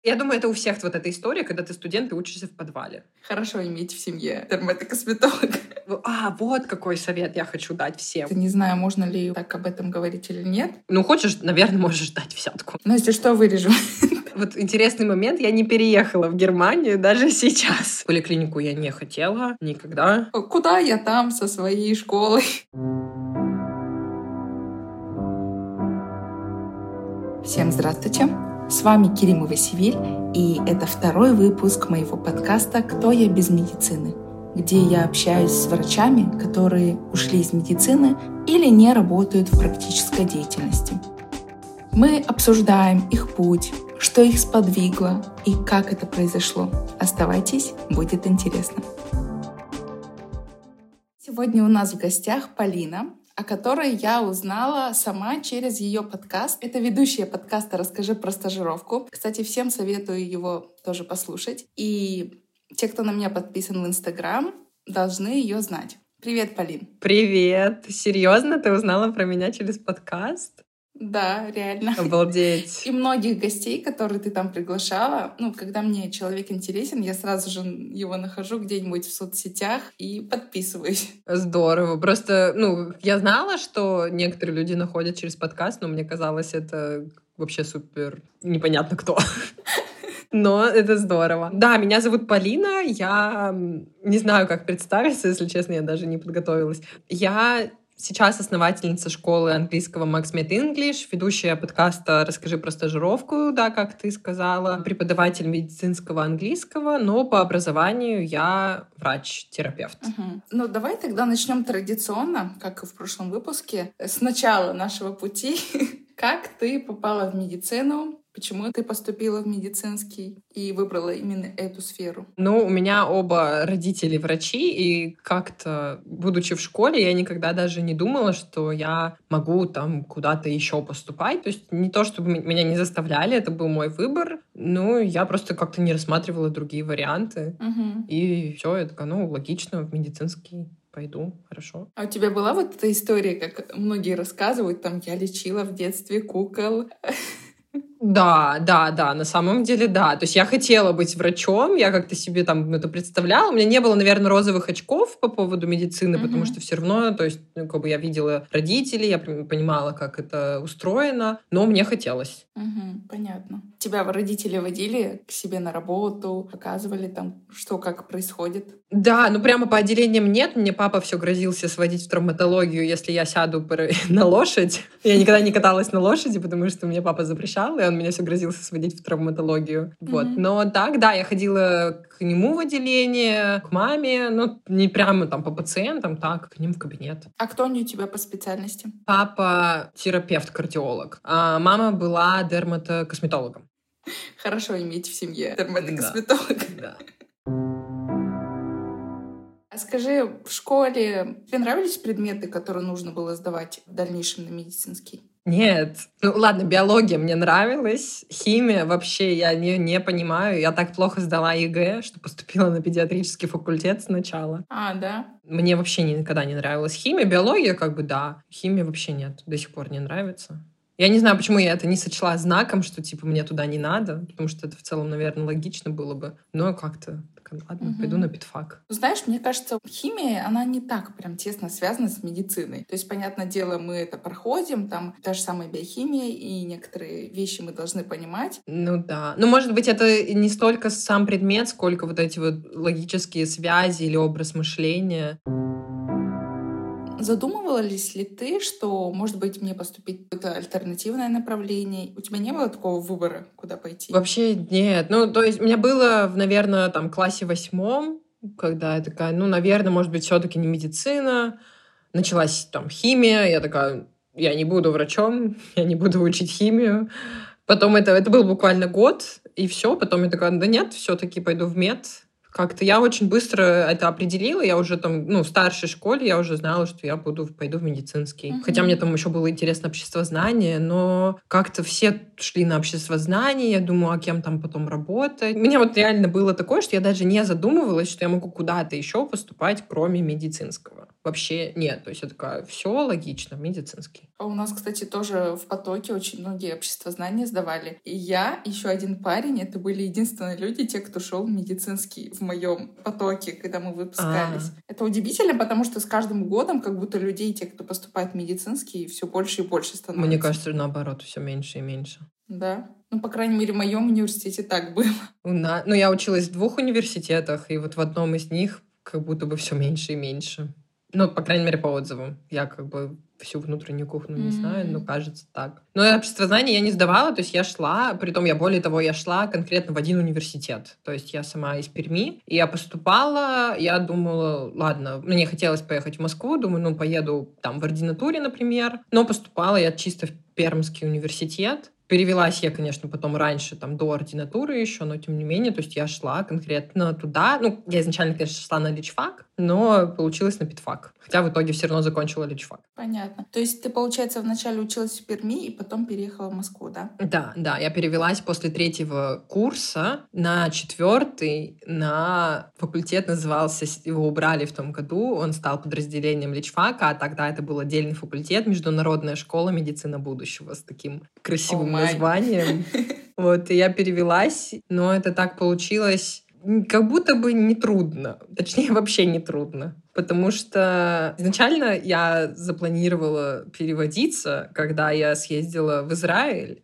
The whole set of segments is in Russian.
Я думаю, это у всех вот эта история, когда ты студент и учишься в подвале. Хорошо иметь в семье дерматокосметолога. Вот какой совет я хочу дать всем. Не знаю, можно ли так об этом говорить или нет. Ну, хочешь, наверное, можешь дать взятку. Но если что, вырежу. Вот интересный момент. Я не переехала в Германию даже сейчас. В поликлинику я не хотела никогда. Куда я там со своей школой? Всем здравствуйте! С вами Керимова Севиль, и это второй выпуск моего подкаста «Кто я без медицины?», где я общаюсь с врачами, которые ушли из медицины или не работают в практической деятельности. Мы обсуждаем их путь, что их сподвигло и как это произошло. Оставайтесь, будет интересно. Сегодня у нас в гостях Полина, о которой я узнала сама через ее подкаст. Это ведущая подкаста «Расскажи про стажировку». Кстати, всем советую его тоже послушать. И те, кто на меня подписан в Инстаграм, должны ее знать. Привет, Полин. Привет. Серьезно, ты узнала про меня через подкаст? Да, реально. Обалдеть. И многих гостей, которые ты там приглашала, когда мне человек интересен, я сразу же его нахожу где-нибудь в соцсетях и подписываюсь. Здорово. Просто, я знала, что некоторые люди находят через подкаст, но мне казалось, это вообще супер непонятно кто. Но это здорово. Да, меня зовут Полина. Я не знаю, как представиться, если честно, я даже не подготовилась. Я сейчас основательница школы английского MaxMed English, ведущая подкаста «Расскажи про стажировку», да, как ты сказала, преподаватель медицинского английского, но по образованию я врач-терапевт. Угу. Давай тогда начнем традиционно, как и в прошлом выпуске, с начала нашего пути. Как ты попала в медицину? Почему ты поступила в медицинский и выбрала именно эту сферу? У меня оба родители врачи, и как-то, будучи в школе, я никогда даже не думала, что я могу там куда-то еще поступать. То есть не то, чтобы меня не заставляли, это был мой выбор, но я просто как-то не рассматривала другие варианты. Угу. И все, я такая, логично, в медицинский пойду, хорошо. А у тебя была вот эта история, как многие рассказывают, там, я лечила в детстве кукол? Да, на самом деле, да. То есть я хотела быть врачом, я как-то себе там это представляла. У меня не было, наверное, розовых очков по поводу медицины, потому что все равно, то есть, я видела родителей, я понимала, как это устроено, но мне хотелось. Понятно. Тебя родители водили к себе на работу, показывали там, что, как происходит? Да, прямо по отделениям нет. Мне папа все грозился сводить в травматологию, если я сяду на лошадь. Я никогда не каталась на лошади, потому что мне папа запрещал, и он меня все грозился сводить в травматологию. Вот. Но так, да, я ходила к нему в отделение, к маме, не прямо там по пациентам, так, к ним в кабинет. А кто они у тебя по специальности? Папа терапевт-кардиолог, а мама была дерматокосметологом. Хорошо иметь в семье дерматокосметолога. Да. А скажи, в школе тебе нравились предметы, которые нужно было сдавать в дальнейшем на медицинский? Нет. Ладно, биология мне нравилась. Химия вообще я не понимаю. Я так плохо сдала ЕГЭ, что поступила на педиатрический факультет сначала. А, да? Мне вообще никогда не нравилась химия. Биология да. Химия вообще нет. До сих пор не нравится. Я не знаю, почему я это не сочла знаком, что мне туда не надо, потому что это в целом, наверное, логично было бы. Но как-то, ладно, пойду на педфак. Знаешь, мне кажется, химия, она не так прям тесно связана с медициной. То есть, понятное дело, мы это проходим, там та же самая биохимия, и некоторые вещи мы должны понимать. Да. Может быть, это не столько сам предмет, сколько вот эти вот логические связи или образ мышления. Задумывалась ли ты, что, может быть, мне поступить в какое-то альтернативное направление? У тебя не было такого выбора, куда пойти? Вообще нет. То есть у меня было, наверное, там, классе 8, когда я такая, наверное, может быть, все-таки не медицина. Началась там химия. Я такая, я не буду врачом, я не буду учить химию. Потом это был буквально год, и все. Потом я такая, да нет, все-таки пойду в мед. Как-то я очень быстро это определила. Я уже там, в старшей школе я уже знала, что я пойду в медицинский. Хотя мне там еще было интересно обществознание, но как-то все шли на обществознание. Я думаю, а кем там потом работать? У меня вот реально было такое, что я даже не задумывалась, что я могу куда-то еще поступать, кроме медицинского. вообще нет. То есть я такая, все логично, медицинский. А у нас, кстати, тоже в потоке очень многие обществознания сдавали. И я, еще один парень, это были единственные люди, те, кто шел в медицинский в моем потоке, когда мы выпускались. Это удивительно, потому что с каждым годом как будто людей, те, кто поступает в медицинский, все больше и больше становится. Мне кажется, наоборот, все меньше и меньше. Да. Ну, по крайней мере, в моем университете так было. Ну, я училась в 2 университетах, и вот в одном из них как будто бы все меньше и меньше. Ну, по крайней мере, по отзывам. Я как бы всю внутреннюю кухню не знаю, но кажется так. Но обществознание я не сдавала, то есть я шла, притом более того, я шла конкретно в один университет. То есть я сама из Перми, и я поступала, я думала, ладно, мне хотелось поехать в Москву, думаю, поеду там в ординатуре, например, но поступала я чисто в Пермский университет. Перевелась я, конечно, потом раньше, там, до ординатуры еще, но тем не менее, то есть я шла конкретно туда. Ну, я изначально, конечно, шла на личфак, но получилось на педфак. Хотя в итоге все равно закончила личфак. Понятно. То есть ты, получается, вначале училась в Перми и потом переехала в Москву, да? Да. Я перевелась после 3-го курса на 4-й на факультет, назывался, его убрали в том году, он стал подразделением личфака, а тогда это был отдельный факультет, Международная школа медицины будущего, с таким красивым названием. Вот, и я перевелась, но это так получилось как будто бы нетрудно. Точнее, вообще нетрудно. Потому что изначально я запланировала переводиться, когда я съездила в Израиль,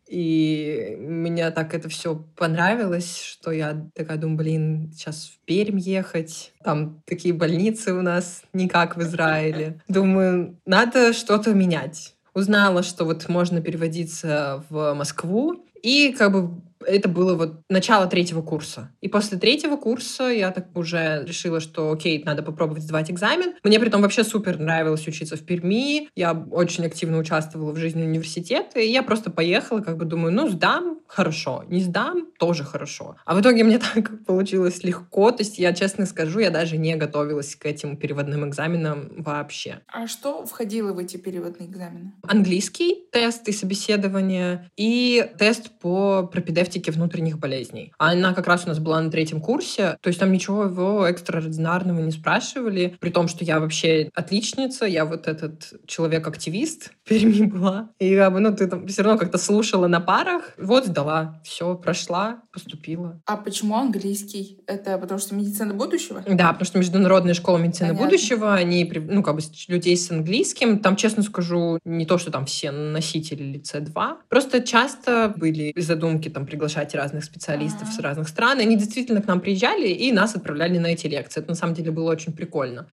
и мне так это все понравилось, что я такая думаю, сейчас в Пермь ехать, там такие больницы у нас не как в Израиле. Думаю, надо что-то менять. Узнала, что вот можно переводиться в Москву, и как бы это было вот начало 3-го курса. И после 3-го курса я так уже решила, что окей, надо попробовать сдавать экзамен. Мне при том вообще супер нравилось учиться в Перми. Я очень активно участвовала в жизни университета. И я просто поехала, как бы думаю, сдам, хорошо. Не сдам, тоже хорошо. А в итоге мне так получилось легко. То есть я, честно скажу, я даже не готовилась к этим переводным экзаменам вообще. А что входило в эти переводные экзамены? Английский тест и собеседование, и тест по пропедевтике внутренних болезней. Она как раз у нас была на 3-м курсе, то есть там ничего его экстраординарного не спрашивали, при том, что я вообще отличница, я вот этот человек-активист в Перми была. И ты там все равно как-то слушала на парах. Вот сдала, все, прошла, поступила. А почему английский? Это потому что медицина будущего? Да, потому что Международная школа медицины будущего, они, людей с английским, там, честно скажу, не то, что там все носители или C2, просто часто были задумки там приглашать разных специалистов с разных стран, и они действительно к нам приезжали и нас отправляли на эти лекции. Это на самом деле было очень прикольно.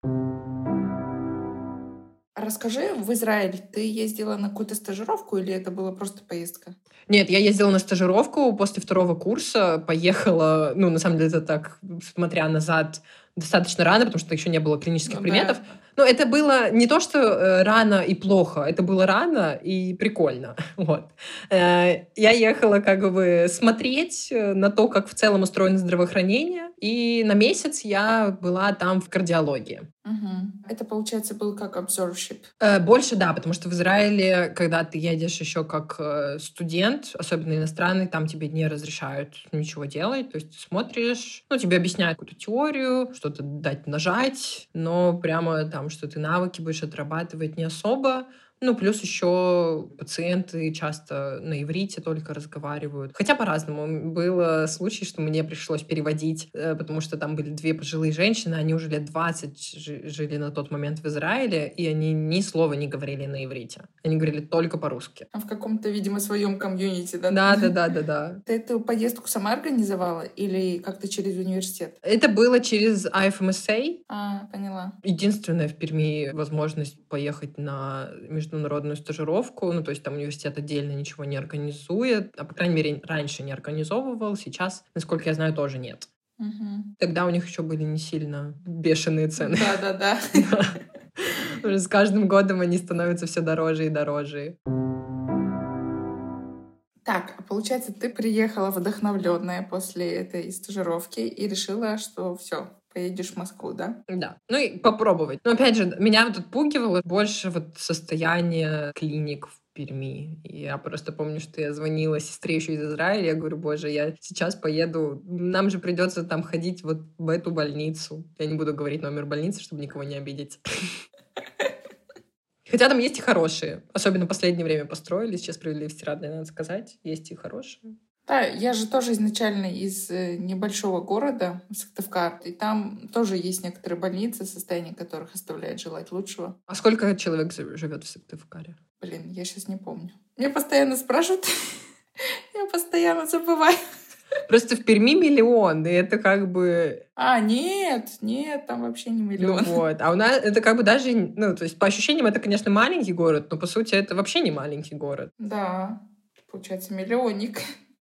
Расскажи, в Израиль ты ездила на какую-то стажировку или это была просто поездка? Нет, я ездила на стажировку после 2-го курса, поехала, на самом деле это так, смотря назад, достаточно рано, потому что еще не было клинических приметов. Да. Но это было не то, что рано и плохо, это было рано и прикольно. Вот. Я ехала как бы смотреть на то, как в целом устроено здравоохранение, и на месяц я была там в кардиологии. Угу. Это, получается, был как observership? Больше, да, потому что в Израиле, когда ты едешь еще как студент, особенно иностранный, там тебе не разрешают ничего делать. То есть ты смотришь, тебе объясняют какую-то теорию, что-то дать нажать, но прямо там, что ты навыки будешь отрабатывать не особо. Плюс еще пациенты часто на иврите только разговаривают. Хотя по-разному. Был случай, что мне пришлось переводить, потому что там были 2 пожилые женщины, они уже лет 20 жили на тот момент в Израиле, и они ни слова не говорили на иврите. Они говорили только по-русски. А в каком-то, видимо, своем комьюнити, да? Да. Ты эту поездку сама организовала или как-то через университет? Это было через IFMSA. Поняла. Единственная в Перми возможность поехать на международную стажировку. То есть там университет отдельно ничего не организует. А, по крайней мере, раньше не организовывал. Сейчас, насколько я знаю, тоже нет. Угу. Тогда у них еще были не сильно бешеные цены. Да. С каждым годом они становятся все дороже и дороже. Так, получается, ты приехала вдохновленная после этой стажировки и решила, что все, поедешь в Москву, да? Да. И попробовать. Но опять же, меня вот отпугивало больше состояние клиник в Перми. И я просто помню, что я звонила сестре еще из Израиля, я говорю, боже, я сейчас поеду, нам же придется там ходить вот в эту больницу. Я не буду говорить номер больницы, чтобы никого не обидеть. Хотя там есть и хорошие. Особенно в последнее время построили. Сейчас справедливости ради, надо сказать. Есть и хорошие. Да, я же тоже изначально из небольшого города, Сыктывкар, и там тоже есть некоторые больницы, состояние которых оставляет желать лучшего. А сколько человек живет в Сыктывкаре? Блин, я сейчас не помню. Меня постоянно спрашивают, я постоянно забываю. Просто в Перми миллион, и это как бы... Нет, там вообще не миллион. Ну вот, а у нас это как бы даже... Ну, то есть по ощущениям это, конечно, маленький город, но по сути это вообще не маленький город. Да, получается миллионник.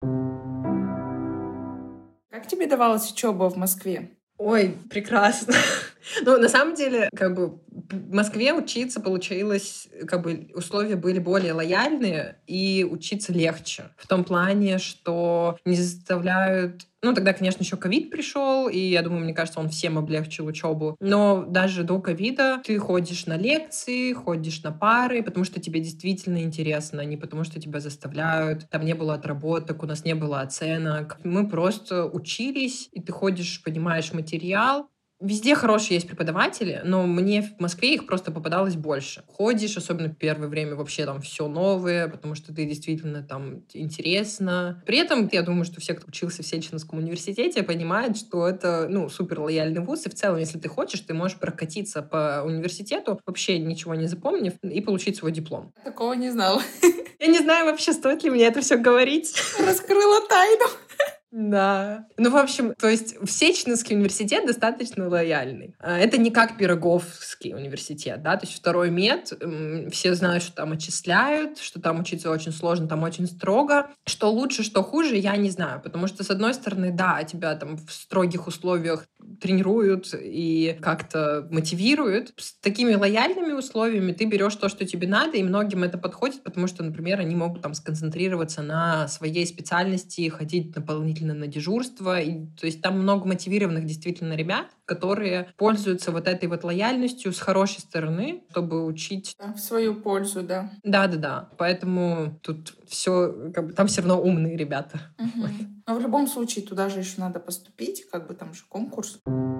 Как тебе давалась учеба в Москве? Ой, прекрасно. Ну, на самом деле, как бы в Москве учиться получилось, как бы условия были более лояльные, и учиться легче. В том плане, что не заставляют... Ну, тогда, конечно, еще ковид пришел, и я думаю, мне кажется, он всем облегчил учебу. Но даже до ковида ты ходишь на лекции, ходишь на пары, потому что тебе действительно интересно, не потому что тебя заставляют. Там не было отработок, у нас не было оценок. Мы просто учились, и ты ходишь, понимаешь материал. Везде хорошие есть преподаватели, но мне в Москве их просто попадалось больше. Ходишь, особенно в первое время, вообще там все новое, потому что ты действительно там интересно. При этом я думаю, что все, кто учился в Сеченовском университете, понимают, что это, ну, супер лояльный вуз, и в целом, если ты хочешь, ты можешь прокатиться по университету, вообще ничего не запомнив, и получить свой диплом. Такого не знала. Я не знаю вообще, стоит ли мне это все говорить. Раскрыла тайну. Да. Ну, в общем, то есть Сеченовский университет достаточно лояльный. Это не как Пироговский университет, да, то есть второй мед, все знают, что там отчисляют, что там учиться очень сложно, там очень строго. Что лучше, что хуже, я не знаю, потому что, с одной стороны, да, тебя там в строгих условиях тренируют и как-то мотивируют. С такими лояльными условиями ты берешь то, что тебе надо, и многим это подходит, потому что, например, они могут там сконцентрироваться на своей специальности, ходить дополнительно на дежурство. И, то есть там много мотивированных действительно ребят, которые пользуются вот этой вот лояльностью с хорошей стороны, чтобы учить. В свою пользу, да. Да. Поэтому тут все, как бы, там все равно умные ребята. Угу. Но в любом случае туда же еще надо поступить, как бы там же конкурс.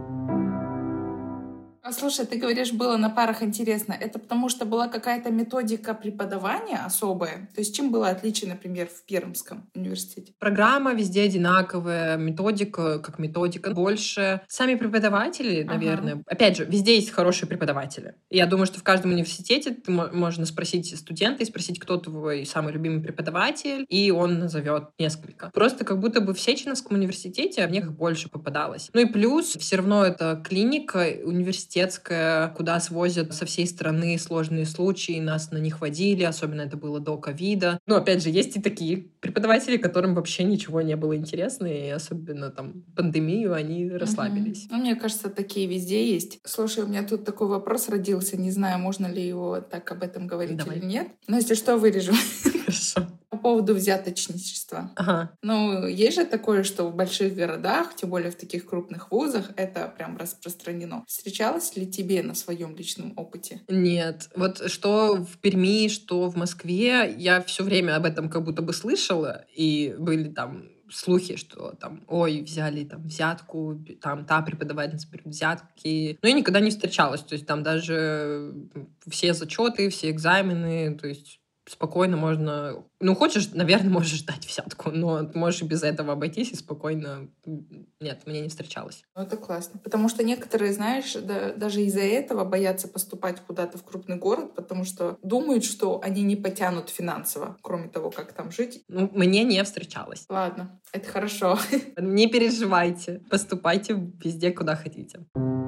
А слушай, ты говоришь, было на парах интересно. Это потому что была какая-то методика преподавания особая? То есть чем было отличие, например, в Пермском университете? Программа везде одинаковая, методика как методика. Больше сами преподаватели, наверное. Опять же, везде есть хорошие преподаватели. Я думаю, что в каждом университете можно спросить студента и спросить, кто твой самый любимый преподаватель, и он назовет несколько. Просто как будто бы в Сеченовском университете мне их больше попадалось. Ну и плюс все равно это клиника университетская, куда свозят со всей страны сложные случаи, нас на них водили, особенно это было до ковида. Ну, опять же, есть и такие преподаватели, которым вообще ничего не было интересно, и особенно там пандемию они расслабились. Ну, мне кажется, такие везде есть. Слушай, у меня тут такой вопрос родился, не знаю, можно ли его так об этом говорить или нет. Но если что, вырежу. Хорошо. По поводу взяточничества. Ага. Ну, есть же такое, что в больших городах, тем более в таких крупных вузах, это прям распространено. Встречалось ли тебе на своем личном опыте? Нет. Вот что в Перми, что в Москве, я все время об этом как будто бы слышала, и были там слухи, что там, ой, взяли там взятку, там та преподавательница берет взятки. Но я никогда не встречалась. То есть там даже все зачеты, все экзамены, то есть спокойно можно... Ну, хочешь, наверное, можешь дать взятку, но ты можешь и без этого обойтись и спокойно... Нет, мне не встречалось. Ну, это классно. Потому что некоторые, знаешь, даже из-за этого боятся поступать куда-то в крупный город, потому что думают, что они не потянут финансово, кроме того, как там жить. Ну, мне не встречалось. Ладно, это хорошо. Не переживайте. Поступайте везде, куда хотите.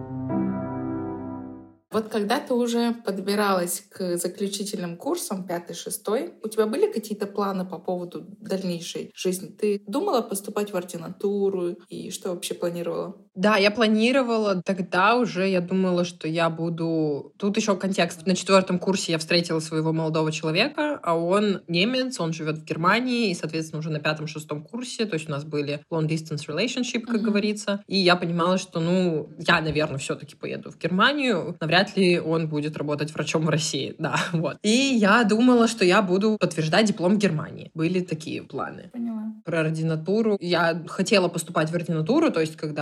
Вот когда ты уже подбиралась к заключительным курсам, 5-6, у тебя были какие-то планы по поводу дальнейшей жизни? Ты думала поступать в ординатуру и что вообще планировала? Да, я планировала тогда уже, я думала, что я буду... Тут еще контекст. На 4 курсе я встретила своего молодого человека, а он немец, он живет в Германии, и, соответственно, уже на 5-6 курсе, то есть у нас были long-distance relationship, как говорится, и я понимала, что, ну, я, наверное, все-таки поеду в Германию, навряд ли он будет работать врачом в России, да, вот. И я думала, что я буду подтверждать диплом Германии. Были такие планы. Поняла. Про ординатуру. Я хотела поступать в ординатуру, то есть когда еще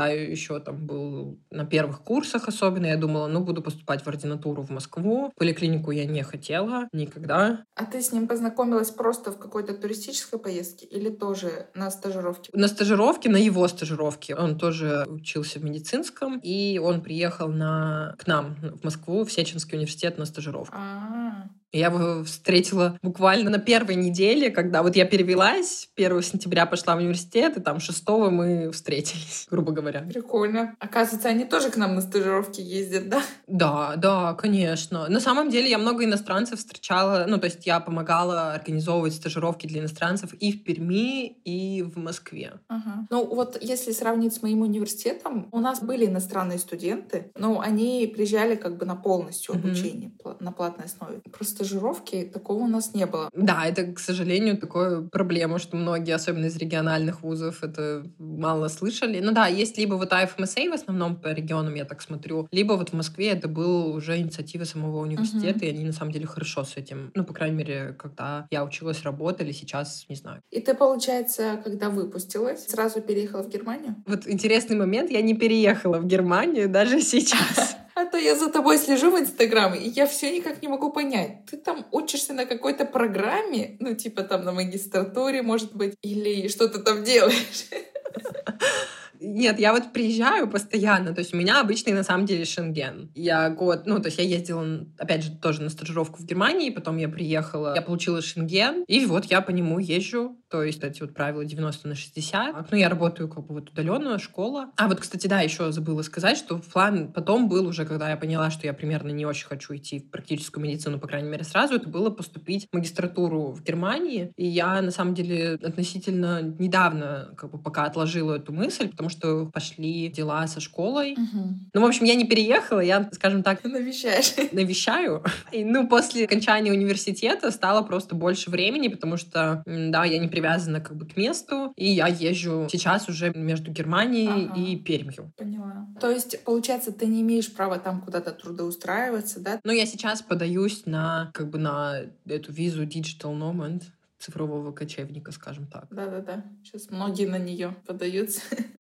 еще там был на первых курсах особенно. Я думала, буду поступать в ординатуру в Москву. В поликлинику я не хотела никогда. А ты с ним познакомилась просто в какой-то туристической поездке или тоже на стажировке? На стажировке, на его стажировке. Он тоже учился в медицинском, и он приехал к нам в Москву, в Сеченский университет на стажировку. Я его встретила буквально на первой неделе, когда вот я перевелась, 1 сентября пошла в университет, и там 6 мы встретились, грубо говоря. Прикольно. Оказывается, они тоже к нам на стажировки ездят, да? Да, конечно. На самом деле я много иностранцев встречала, то есть я помогала организовывать стажировки для иностранцев и в Перми, и в Москве. Ага. Вот если сравнить с моим университетом, у нас были иностранные студенты, но они приезжали как бы на полностью обучение, на платной основе. Просто стажировки такого у нас не было. Да, это, к сожалению, такая проблема, что многие, особенно из региональных вузов, это мало слышали. Да, есть либо вот АФМСА в основном по регионам, я так смотрю, либо вот в Москве это был уже инициатива самого университета, и они на самом деле хорошо с этим, по крайней мере, когда я училась, работали, сейчас не знаю. И ты, получается, когда выпустилась, сразу переехала в Германию? Вот интересный момент, я не переехала в Германию даже сейчас. А то я за тобой слежу в Инстаграм, и я все никак не могу понять. Ты там учишься на какой-то программе, типа там на магистратуре, может быть, или что ты там делаешь? Нет, я вот приезжаю постоянно, то есть у меня обычный на самом деле Шенген. Я то есть я ездила, опять же, тоже на стажировку в Германии, потом я приехала, я получила Шенген, и вот я по нему езжу, то есть эти вот правила 90/60. Я работаю как бы вот удаленно, школа. А вот, кстати, да, еще забыла сказать, что план потом был уже, когда я поняла, что я примерно не очень хочу идти в практическую медицину, по крайней мере, сразу, это было поступить в магистратуру в Германии, и я, на самом деле, относительно недавно как бы пока отложила эту мысль, потому что пошли дела со школой. В общем, я не переехала, я, скажем так... Навещаю. И, после окончания университета стало просто больше времени, потому что, да, я не привязана как бы к месту, и я езжу сейчас уже между Германией и Пермью. Поняла. То есть, получается, ты не имеешь права там куда-то трудоустраиваться, да? Я сейчас подаюсь на эту визу Digital Nomad, цифрового кочевника, скажем так. Да. Сейчас многие на нее подаются.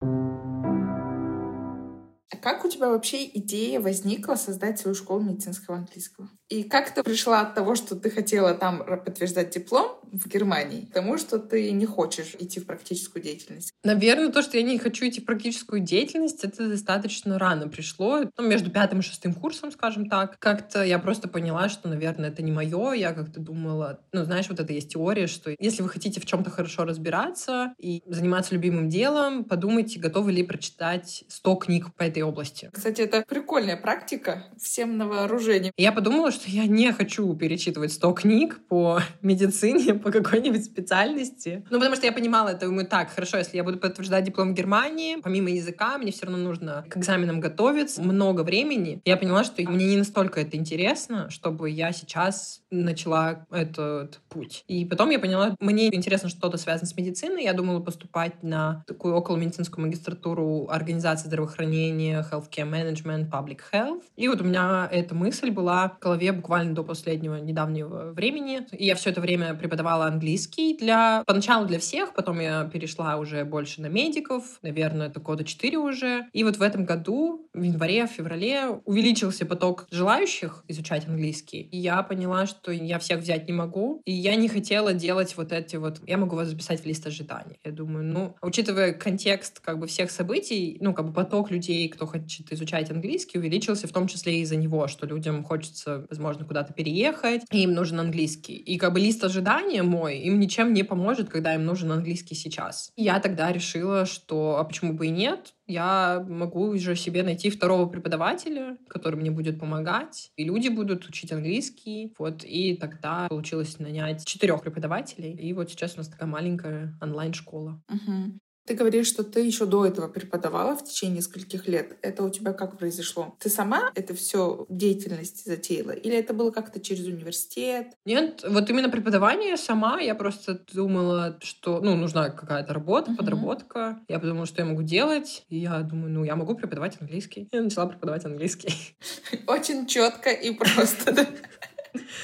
А как у тебя вообще идея возникла создать свою школу медицинского английского? И как ты пришла от того, что ты хотела там подтверждать диплом в Германии, к тому, что ты не хочешь идти в практическую деятельность? Наверное, то, что я не хочу идти в практическую деятельность, это достаточно рано пришло. Между 5 и 6 курсом, скажем так. Как-то я просто поняла, что, наверное, это не мое. Я как-то думала, знаешь, вот это есть теория, что если вы хотите в чем-то хорошо разбираться и заниматься любимым делом, подумайте, готовы ли прочитать 100 книг по этой области. Кстати, это прикольная практика, всем на вооружение. Я подумала, что я не хочу перечитывать 100 книг по медицине, по какой-нибудь специальности. Потому что я понимала, это думаю, так, хорошо, если я буду подтверждать диплом в Германии, помимо языка, мне все равно нужно к экзаменам готовиться, много времени. Я поняла, что мне не настолько это интересно, чтобы я сейчас начала этот путь. И потом я поняла, мне интересно что-то связано с медициной. Я думала поступать на такую околомедицинскую магистратуру организации здравоохранения, healthcare management, public health. И вот у меня эта мысль была в голове буквально до последнего недавнего времени. И я все это время преподавала английский поначалу для всех, потом я перешла уже больше на медиков, наверное, это года 4 уже. И вот в этом году, в январе, в феврале, увеличился поток желающих изучать английский. И я поняла, что я всех взять не могу. И я не хотела делать вот эти вот... Я могу вас записать в лист ожиданий. Я думаю, учитывая контекст как бы всех событий, как бы поток людей, кто хочет изучать английский, увеличился в том числе и из-за него, что людям хочется, возможно, куда-то переехать, и им нужен английский. И как бы лист ожидания мой им ничем не поможет, когда им нужен английский сейчас. И я тогда решила, что почему бы и нет? Я могу уже себе найти второго преподавателя, который мне будет помогать, и люди будут учить английский. И тогда получилось нанять 4 преподавателей. И вот сейчас у нас такая маленькая онлайн-школа. Угу. Ты говоришь, что ты еще до этого преподавала в течение нескольких лет. Это у тебя как произошло? Ты сама это все деятельность затеяла? Или это было как-то через университет? Нет, вот именно преподавание сама. Я просто думала, что нужна какая-то работа, подработка. Я подумала, что я могу делать. И я думаю, я могу преподавать английский. Я начала преподавать английский. Очень четко и просто, да?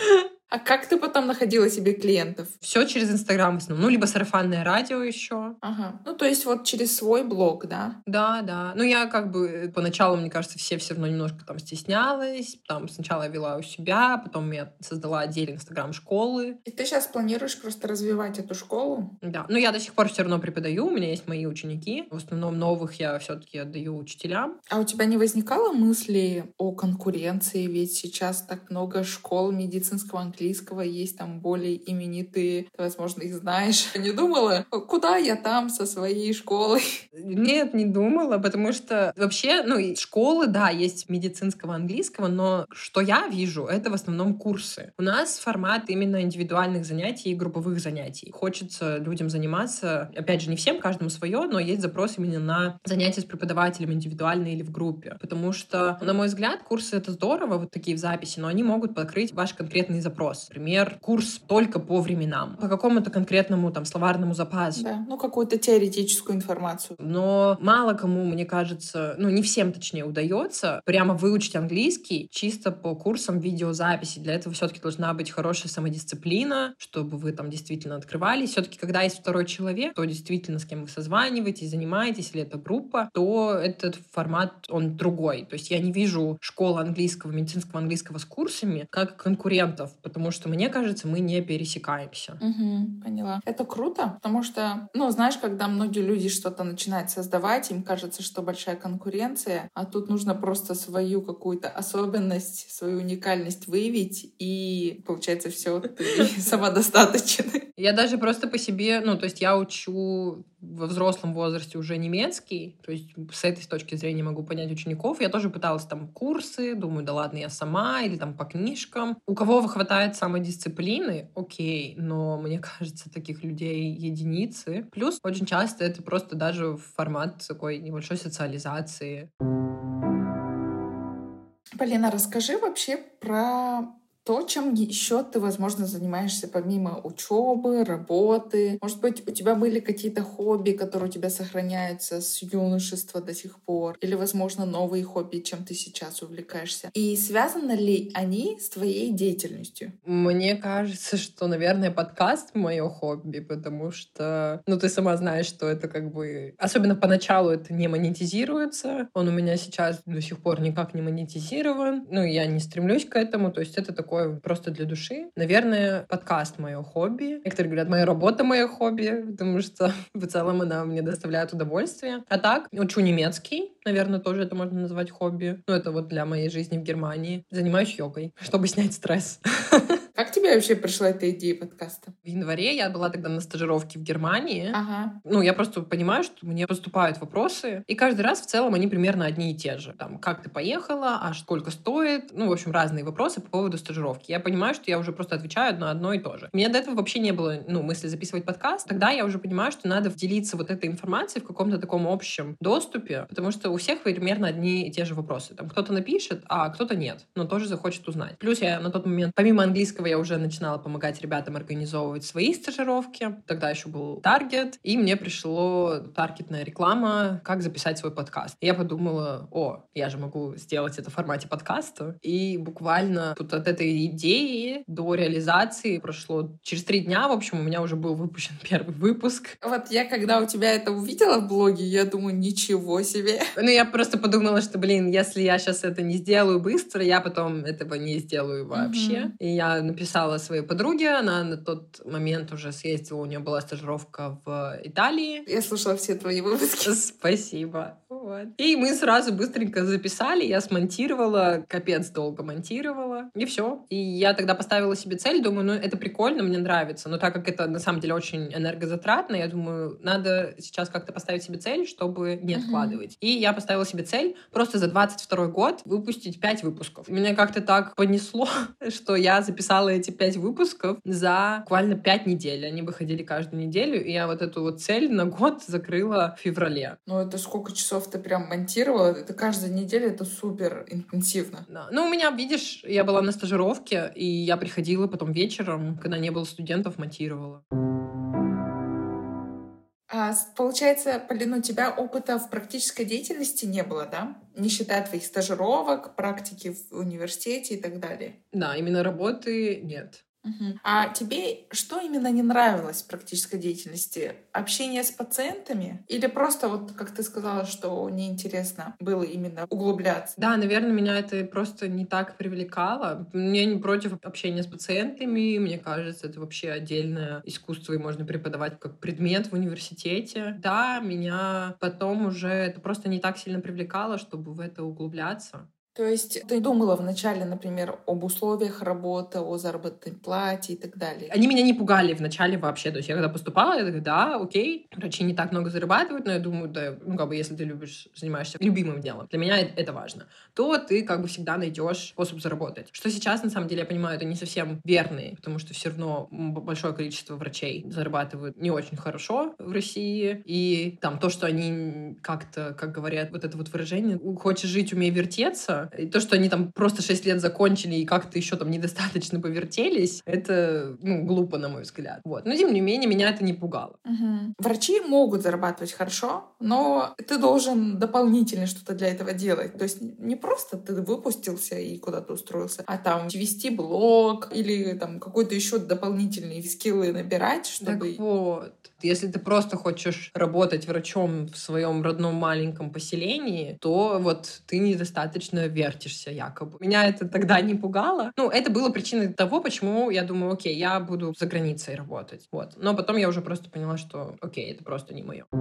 А как ты потом находила себе клиентов? Все через Инстаграм в основном. Ну, либо сарафанное радио еще. Ага. Ну, то есть вот через свой блог, да? Да, да. Ну, я как бы поначалу, мне кажется, все равно немножко там стеснялась. Там сначала я вела у себя, потом я создала отдельный Инстаграм школы. И ты сейчас планируешь просто развивать эту школу? Да. Но я до сих пор все равно преподаю. У меня есть мои ученики. В основном новых я все-таки отдаю учителям. А у тебя не возникало мысли о конкуренции? Ведь сейчас так много школ медицинского английского есть, там более именитые, ты, возможно, их знаешь. Не думала, куда я там со своей школой? Нет, не думала, потому что вообще, ну, и школы, да, есть медицинского английского, но что я вижу, это в основном курсы. У нас формат именно индивидуальных занятий и групповых занятий. Хочется людям заниматься, опять же, не всем, каждому свое, но есть запрос именно на занятия с преподавателем индивидуально или в группе. Потому что, на мой взгляд, курсы — это здорово, вот такие в записи, но они могут покрыть ваш конкретный запрос. Например, курс только по временам, по какому-то конкретному там словарному запасу. Да, ну какую-то теоретическую информацию. Но мало кому, мне кажется, ну не всем, точнее, удается прямо выучить английский чисто по курсам видеозаписи. Для этого все-таки должна быть хорошая самодисциплина, чтобы вы там действительно открывались. Все-таки, когда есть второй человек, то действительно с кем вы созваниваетесь, занимаетесь, или это группа, то этот формат, он другой. То есть я не вижу школы английского, медицинского английского с курсами как конкурентов, потому что, мне кажется, мы не пересекаемся. Угу, поняла. Это круто, потому что, ну, знаешь, когда многие люди что-то начинают создавать, им кажется, что большая конкуренция, а тут нужно просто свою какую-то особенность, свою уникальность выявить, и получается все, ты самодостаточен. Я даже просто по себе, ну, то есть я учу во взрослом возрасте уже немецкий, то есть с этой точки зрения могу понять учеников. Я тоже пыталась там курсы, думаю, да ладно, я сама, или там по книжкам. У кого хватает самодисциплины, окей, но мне кажется, таких людей единицы. Плюс очень часто это просто даже формат такой небольшой социализации. Полина, расскажи вообще про то, чем еще ты, возможно, занимаешься помимо учебы, работы. Может быть, у тебя были какие-то хобби, которые у тебя сохраняются с юношества до сих пор? Или, возможно, новые хобби, чем ты сейчас увлекаешься? И связаны ли они с твоей деятельностью? Мне кажется, что, наверное, подкаст — мое хобби, потому что, ну, ты сама знаешь, что это как бы... Особенно поначалу это не монетизируется. Он у меня сейчас до сих пор никак не монетизирован. Ну, я не стремлюсь к этому. То есть это такое просто для души. Наверное, подкаст — мое хобби. Некоторые говорят, моя работа — мое хобби, потому что в целом она мне доставляет удовольствие. А так, учу немецкий. Наверное, тоже это можно назвать хобби. Ну, это вот для моей жизни в Германии. Занимаюсь йогой, чтобы снять стресс. Как тебе вообще пришла эта идея подкаста? В январе я была тогда на стажировке в Германии. Ага. Ну, я просто понимаю, что мне поступают вопросы, и каждый раз в целом они примерно одни и те же. Там, как ты поехала, а сколько стоит? Ну, в общем, разные вопросы по поводу стажировки. Я понимаю, что я уже просто отвечаю на одно и то же. У меня до этого вообще не было, ну, мысли записывать подкаст. Тогда я уже понимаю, что надо делиться вот этой информацией в каком-то таком общем доступе, потому что у всех примерно одни и те же вопросы. Там кто-то напишет, а кто-то нет, но тоже захочет узнать. Плюс я на тот момент, помимо английского, я уже начинала помогать ребятам организовывать свои стажировки. Тогда еще был таргет, и мне пришло таргетная реклама, как записать свой подкаст. И я подумала, я же могу сделать это в формате подкаста. И буквально тут от этой идеи до реализации прошло через 3 дня, в общем, у меня уже был выпущен первый выпуск. Вот я, когда у тебя это увидела в блоге, я думаю, ничего себе. Ну, я просто подумала, что, если я сейчас это не сделаю быстро, я потом этого не сделаю вообще. И я написала своей подруге, она на тот момент уже съездила, у нее была стажировка в Италии. Я слушала все твои выпуски. Спасибо. Вот. И мы сразу быстренько записали, я смонтировала, капец долго монтировала, и все. И я тогда поставила себе цель, думаю, это прикольно, мне нравится, но так как это на самом деле очень энергозатратно, я думаю, надо сейчас как-то поставить себе цель, чтобы не откладывать. И я поставила себе цель просто за 22 год выпустить 5 выпусков. Меня как-то так понесло, что я записала эти 5 выпусков за буквально 5 недель. Они выходили каждую неделю, и я вот эту вот цель на год закрыла в феврале. Ну, это сколько часов ты прям монтировала? Это каждую неделю, это супер интенсивно. Да. Ну, у меня, видишь, я была на стажировке, и я приходила потом вечером, когда не было студентов, монтировала. Получается, Полина, у тебя опыта в практической деятельности не было, да? Не считая твоих стажировок, практики в университете и так далее. Да, именно работы нет. Мгм. А тебе что именно не нравилось в практической деятельности? Общение с пациентами? Или просто, вот как ты сказала, что неинтересно было именно углубляться? Да, наверное, меня это просто не так привлекало. Мне не против общения с пациентами. Мне кажется, это вообще отдельное искусство, и можно преподавать как предмет в университете. Да, меня потом уже это просто не так сильно привлекало, чтобы в это углубляться. То есть ты думала вначале, например, об условиях работы, о заработной плате и так далее? Они меня не пугали вначале вообще. То есть я когда поступала, я такая, да, окей, врачи не так много зарабатывают, но я думаю, да, ну, как бы, если ты любишь, занимаешься любимым делом, для меня это важно, то ты как бы всегда найдешь способ заработать. Что сейчас, на самом деле, я понимаю, это не совсем верный, потому что все равно большое количество врачей зарабатывают не очень хорошо в России. И там то, что они как-то, как говорят, вот это вот выражение, хочешь жить, умей вертеться, и то, что они там просто 6 лет закончили и как-то еще там недостаточно повертелись, это, ну, глупо, на мой взгляд. Вот. Но, тем не менее, меня это не пугало. Мгм. Врачи могут зарабатывать хорошо, но ты должен дополнительно что-то для этого делать. То есть не просто ты выпустился и куда-то устроился, а там вести блог или там какой-то еще дополнительные скиллы набирать, чтобы... Так вот, если ты просто хочешь работать врачом в своем родном маленьком поселении, то вот ты недостаточно вертишься якобы. Меня это тогда не пугало. Ну, это было причиной того, почему я думаю, окей, я буду за границей работать. Вот. Но потом я уже просто поняла, что окей, это просто не мое.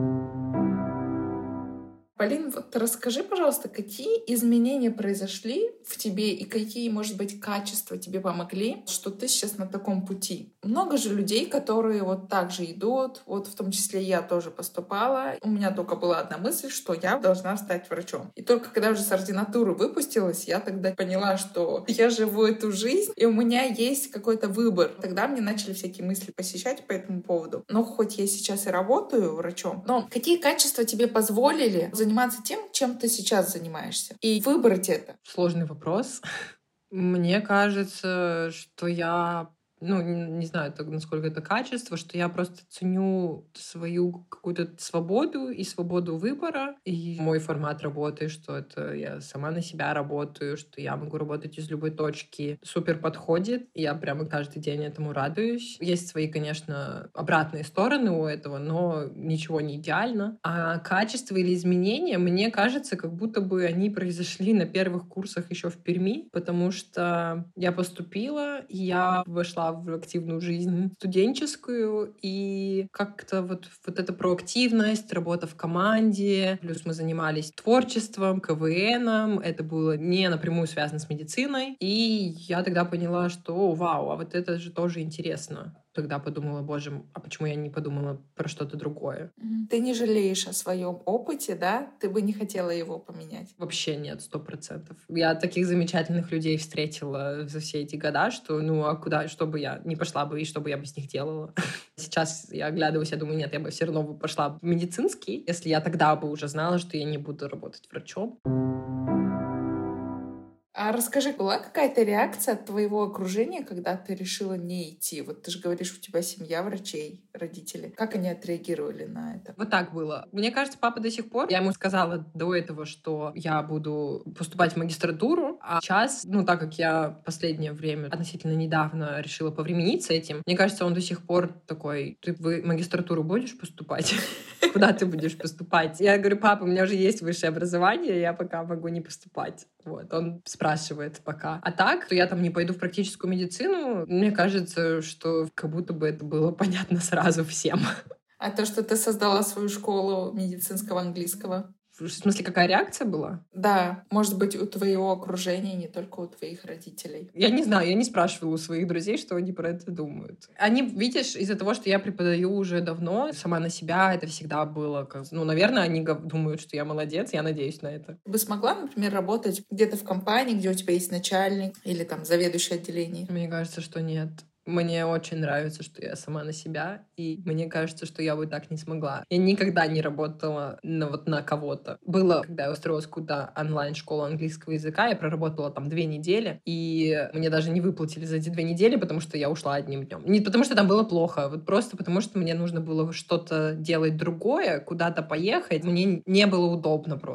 Полин, вот расскажи, пожалуйста, какие изменения произошли в тебе и какие, может быть, качества тебе помогли, что ты сейчас на таком пути? Много же людей, которые вот так же идут, вот в том числе я тоже поступала. У меня только была одна мысль, что я должна стать врачом. И только когда уже с ординатуры выпустилась, я тогда поняла, что я живу эту жизнь, и у меня есть какой-то выбор. Тогда мне начали всякие мысли посещать по этому поводу. Но хоть я сейчас и работаю врачом, но какие качества тебе позволили заниматься тем, чем ты сейчас занимаешься, и выбрать это? Сложный вопрос. Мне кажется, что я, ну, не знаю, насколько это качество, что я просто ценю свою какую-то свободу и свободу выбора, и мой формат работы, что это я сама на себя работаю, что я могу работать из любой точки, супер подходит. Я прямо каждый день этому радуюсь. Есть свои, конечно, обратные стороны у этого, но ничего не идеально. А качество или изменения, мне кажется, как будто бы они произошли на первых курсах еще в Перми, потому что я поступила, и я вошла в активную жизнь студенческую, и как-то вот эта проактивность, работа в команде, плюс мы занимались творчеством, КВНом, это было не напрямую связано с медициной, и я тогда поняла, что вау, а вот это же тоже интересно. Тогда подумала, боже, а почему я не подумала про что-то другое? Ты не жалеешь о своем опыте, да? Ты бы не хотела его поменять? Вообще нет, 100%. Я таких замечательных людей встретила за все эти года, что ну а куда, что бы я не пошла бы и что бы я бы с них делала. Сейчас я оглядываюсь, я думаю, нет, я бы все равно бы пошла в медицинский, если я тогда бы уже знала, что я не буду работать врачом. А расскажи, была какая-то реакция от твоего окружения, когда ты решила не идти? Вот ты же говоришь, у тебя семья врачей, родители. Как они отреагировали на это? Вот так было. Мне кажется, папа до сих пор... Я ему сказала до этого, что я буду поступать в магистратуру, а сейчас, ну, так как я последнее время, относительно недавно решила повременить с этим, мне кажется, он до сих пор такой, ты в магистратуру будешь поступать? Куда ты будешь поступать? Я говорю, папа, у меня уже есть высшее образование, я пока могу не поступать. Вот, он спрашивает пока. А так, то я там не пойду в практическую медицину, мне кажется, что как будто бы это было понятно сразу всем. А то, что ты создала свою школу медицинского английского? В смысле, какая реакция была? Да, может быть, у твоего окружения, не только у твоих родителей. Я не знаю, я не спрашивала у своих друзей, что они про это думают. Они, видишь, из-за того, что я преподаю уже давно, сама на себя, это всегда было... Ну, наверное, они думают, что я молодец, я надеюсь на это. Ты бы смогла, например, работать где-то в компании, где у тебя есть начальник или там заведующий отделением? Мне кажется, что нет. Мне очень нравится, что я сама на себя, и мне кажется, что я бы так не смогла. Я никогда не работала на кого-то. Было, когда я устроилась куда онлайн-школу английского языка, я проработала там 2 недели, и мне даже не выплатили за эти 2 недели, потому что я ушла одним днем. Не потому что там было плохо, вот просто потому что мне нужно было что-то делать другое, куда-то поехать. Мне не было удобно просто.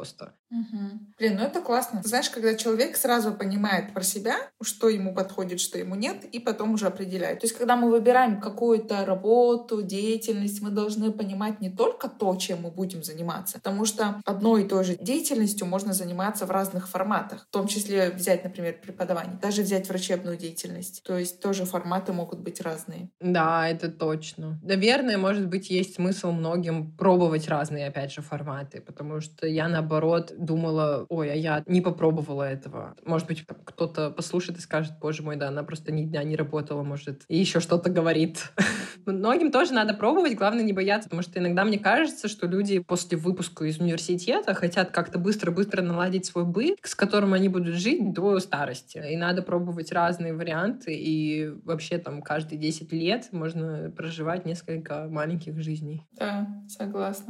Блин, это классно. Знаешь, когда человек сразу понимает про себя, что ему подходит, что ему нет, и потом уже определяет. То есть, когда мы выбираем какую-то работу, деятельность, мы должны понимать не только то, чем мы будем заниматься, потому что одной и той же деятельностью можно заниматься в разных форматах, в том числе взять, например, преподавание, даже взять врачебную деятельность. То есть тоже форматы могут быть разные. Да, это точно. Наверное, может быть, есть смысл многим пробовать разные, опять же, форматы, потому что я, наоборот, думала, ой, а я не попробовала этого. Может быть, кто-то послушает и скажет, боже мой, да, она просто ни дня не работала, может, и еще что-то говорит. Многим тоже надо пробовать, главное не бояться, потому что иногда мне кажется, что люди после выпуска из университета хотят как-то быстро-быстро наладить свой быт, с которым они будут жить до старости. И надо пробовать разные варианты, и вообще там каждые 10 лет можно проживать несколько маленьких жизней. Да, согласна.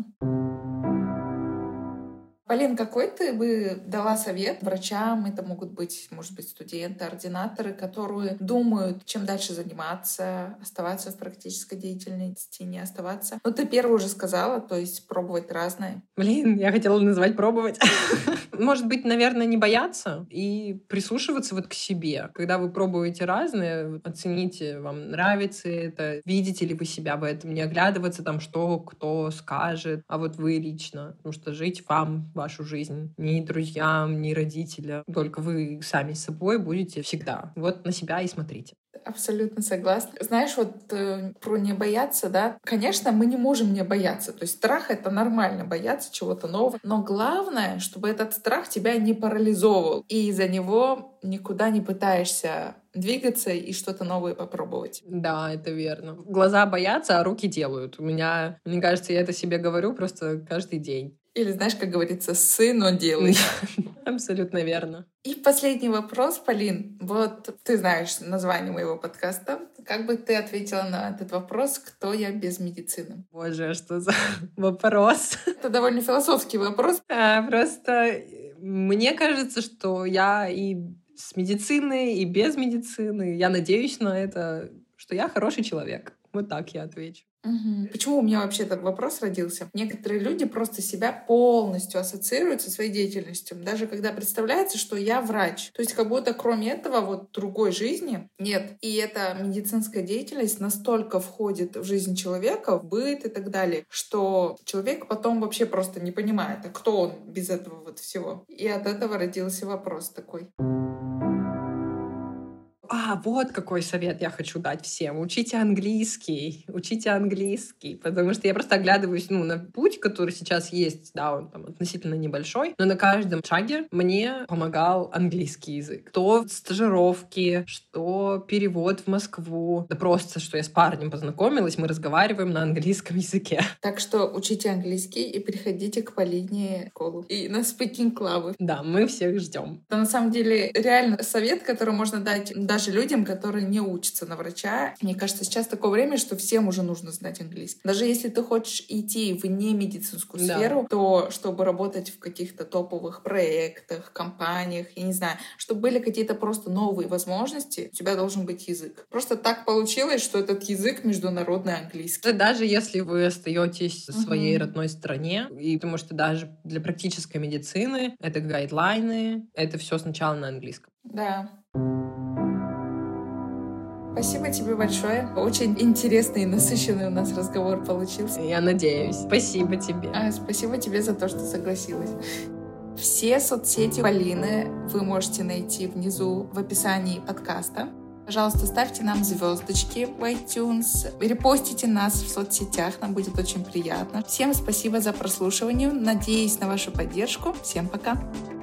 Полин, какой ты бы дала совет врачам, это могут быть, может быть, студенты, ординаторы, которые думают, чем дальше заниматься, оставаться в практической деятельности, не оставаться? Ну, ты первый уже сказала, то есть пробовать разное. Блин, я хотела назвать пробовать. Может быть, наверное, не бояться и прислушиваться вот к себе. Когда вы пробуете разное, оцените, вам нравится это, видите ли вы себя в этом, не оглядываться там, что кто скажет, а вот вы лично. Потому что жить вам вашу жизнь. Ни друзьям, ни родителям. Только вы сами с собой будете всегда. Вот на себя и смотрите. Абсолютно согласна. Знаешь, вот про не бояться, да, конечно, мы не можем не бояться. То есть страх — это нормально, бояться чего-то нового. Но главное, чтобы этот страх тебя не парализовывал. И из-за него никуда не пытаешься двигаться и что-то новое попробовать. Да, это верно. Глаза боятся, а руки делают. Мне кажется, я это себе говорю просто каждый день. Или, знаешь, как говорится, ссы, но делай. Абсолютно верно. И последний вопрос, Полин. Вот ты знаешь название моего подкаста. Как бы ты ответила на этот вопрос, кто я без медицины? Боже, что за вопрос? Это довольно философский вопрос. Просто мне кажется, что я и с медициной, и без медицины. Я надеюсь на это, что я хороший человек. Вот так я отвечу. Почему у меня вообще этот вопрос родился? Некоторые люди просто себя полностью ассоциируют со своей деятельностью, даже когда представляется, что я врач. То есть как будто кроме этого вот другой жизни нет. И эта медицинская деятельность настолько входит в жизнь человека, в быт и так далее, что человек потом вообще просто не понимает, а кто он без этого вот всего. И от этого родился вопрос такой. Вот какой совет я хочу дать всем. Учите английский, потому что я просто оглядываюсь на путь, который сейчас есть, да, он там относительно небольшой, но на каждом шаге мне помогал английский язык. Что стажировки, что перевод в Москву, да просто, что я с парнем познакомилась, мы разговариваем на английском языке. Так что учите английский и приходите к Полине в школу и на спикинг-клабы. Да, мы всех ждем. Это на самом деле реально совет, который можно дать даже людям, которые не учатся на врача. Мне кажется, сейчас такое время, что всем уже нужно знать английский. Даже если ты хочешь идти в немедицинскую сферу, то чтобы работать в каких-то топовых проектах, компаниях, я не знаю, чтобы были какие-то просто новые возможности, у тебя должен быть язык. Просто так получилось, что этот язык международный английский. Даже если вы остаетесь в своей родной стране, и потому что даже для практической медицины это гайдлайны, это все сначала на английском. Да. Спасибо тебе большое. Очень интересный и насыщенный у нас разговор получился. Я надеюсь. Спасибо тебе. Спасибо тебе за то, что согласилась. Все соцсети Полины вы можете найти внизу в описании подкаста. Пожалуйста, ставьте нам звездочки в iTunes, репостите нас в соцсетях, нам будет очень приятно. Всем спасибо за прослушивание, надеюсь на вашу поддержку. Всем пока!